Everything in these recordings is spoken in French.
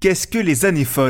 Qu'est-ce que les années folles ?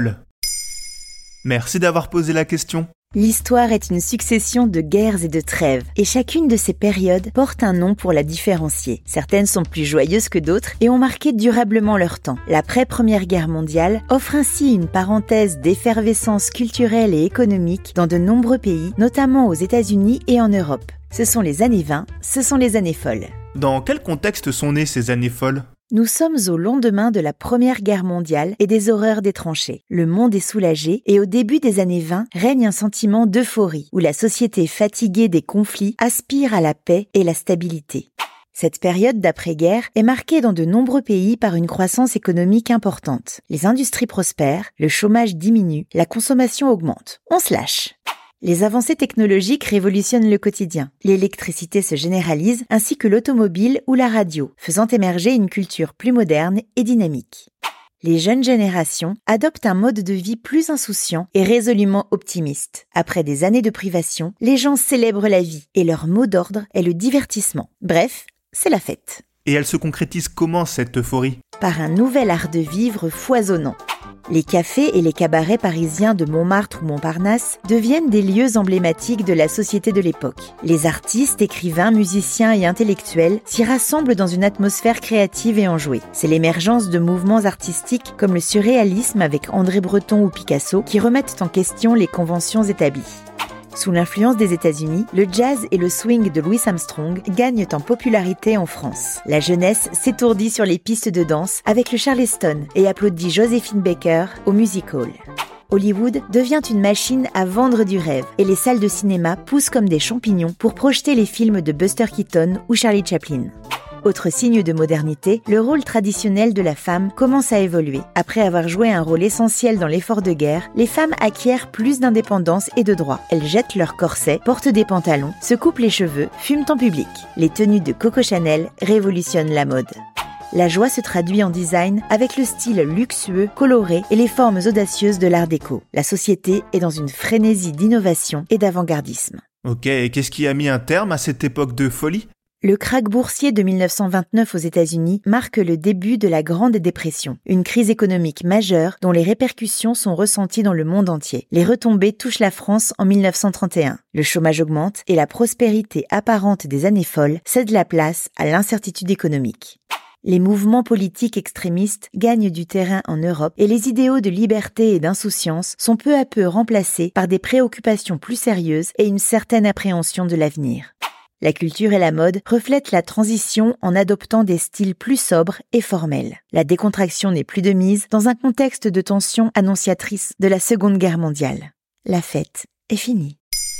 Merci d'avoir posé la question. L'histoire est une succession de guerres et de trêves, et chacune de ces périodes porte un nom pour la différencier. Certaines sont plus joyeuses que d'autres et ont marqué durablement leur temps. L'après-Première Guerre mondiale offre ainsi une parenthèse d'effervescence culturelle et économique dans de nombreux pays, notamment aux États-Unis et en Europe. Ce sont les années 20, ce sont les années folles. Dans quel contexte sont nées ces années folles ? Nous sommes au lendemain de la Première Guerre mondiale et des horreurs des tranchées. Le monde est soulagé et au début des années 20 règne un sentiment d'euphorie où la société fatiguée des conflits aspire à la paix et la stabilité. Cette période d'après-guerre est marquée dans de nombreux pays par une croissance économique importante. Les industries prospèrent, le chômage diminue, la consommation augmente. On se lâche. Les avancées technologiques révolutionnent le quotidien. L'électricité se généralise ainsi que l'automobile ou la radio, faisant émerger une culture plus moderne et dynamique. Les jeunes générations adoptent un mode de vie plus insouciant et résolument optimiste. Après des années de privation, les gens célèbrent la vie et leur mot d'ordre est le divertissement. Bref, c'est la fête. Et elle se concrétise comment cette euphorie ? Par un nouvel art de vivre foisonnant. Les cafés et les cabarets parisiens de Montmartre ou Montparnasse deviennent des lieux emblématiques de la société de l'époque. Les artistes, écrivains, musiciens et intellectuels s'y rassemblent dans une atmosphère créative et enjouée. C'est l'émergence de mouvements artistiques comme le surréalisme avec André Breton ou Picasso qui remettent en question les conventions établies. Sous l'influence des États-Unis, le jazz et le swing de Louis Armstrong gagnent en popularité en France. La jeunesse s'étourdit sur les pistes de danse avec le Charleston et applaudit Joséphine Baker au Music Hall. Hollywood devient une machine à vendre du rêve et les salles de cinéma poussent comme des champignons pour projeter les films de Buster Keaton ou Charlie Chaplin. Autre signe de modernité, le rôle traditionnel de la femme commence à évoluer. Après avoir joué un rôle essentiel dans l'effort de guerre, les femmes acquièrent plus d'indépendance et de droits. Elles jettent leur corset, portent des pantalons, se coupent les cheveux, fument en public. Les tenues de Coco Chanel révolutionnent la mode. La joie se traduit en design avec le style luxueux, coloré et les formes audacieuses de l'art déco. La société est dans une frénésie d'innovation et d'avant-gardisme. Ok, et qu'est-ce qui a mis un terme à cette époque de folie ? Le krach boursier de 1929 aux États-Unis marque le début de la Grande Dépression, une crise économique majeure dont les répercussions sont ressenties dans le monde entier. Les retombées touchent la France en 1931. Le chômage augmente et la prospérité apparente des années folles cède la place à l'incertitude économique. Les mouvements politiques extrémistes gagnent du terrain en Europe et les idéaux de liberté et d'insouciance sont peu à peu remplacés par des préoccupations plus sérieuses et une certaine appréhension de l'avenir. La culture et la mode reflètent la transition en adoptant des styles plus sobres et formels. La décontraction n'est plus de mise dans un contexte de tension annonciatrice de la Seconde Guerre mondiale. La fête est finie.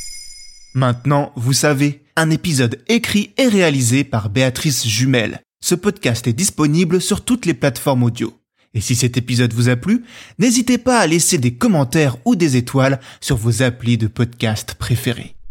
Maintenant, vous savez, un épisode écrit et réalisé par Béatrice Jumel. Ce podcast est disponible sur toutes les plateformes audio. Et si cet épisode vous a plu, n'hésitez pas à laisser des commentaires ou des étoiles sur vos applis de podcast préférés.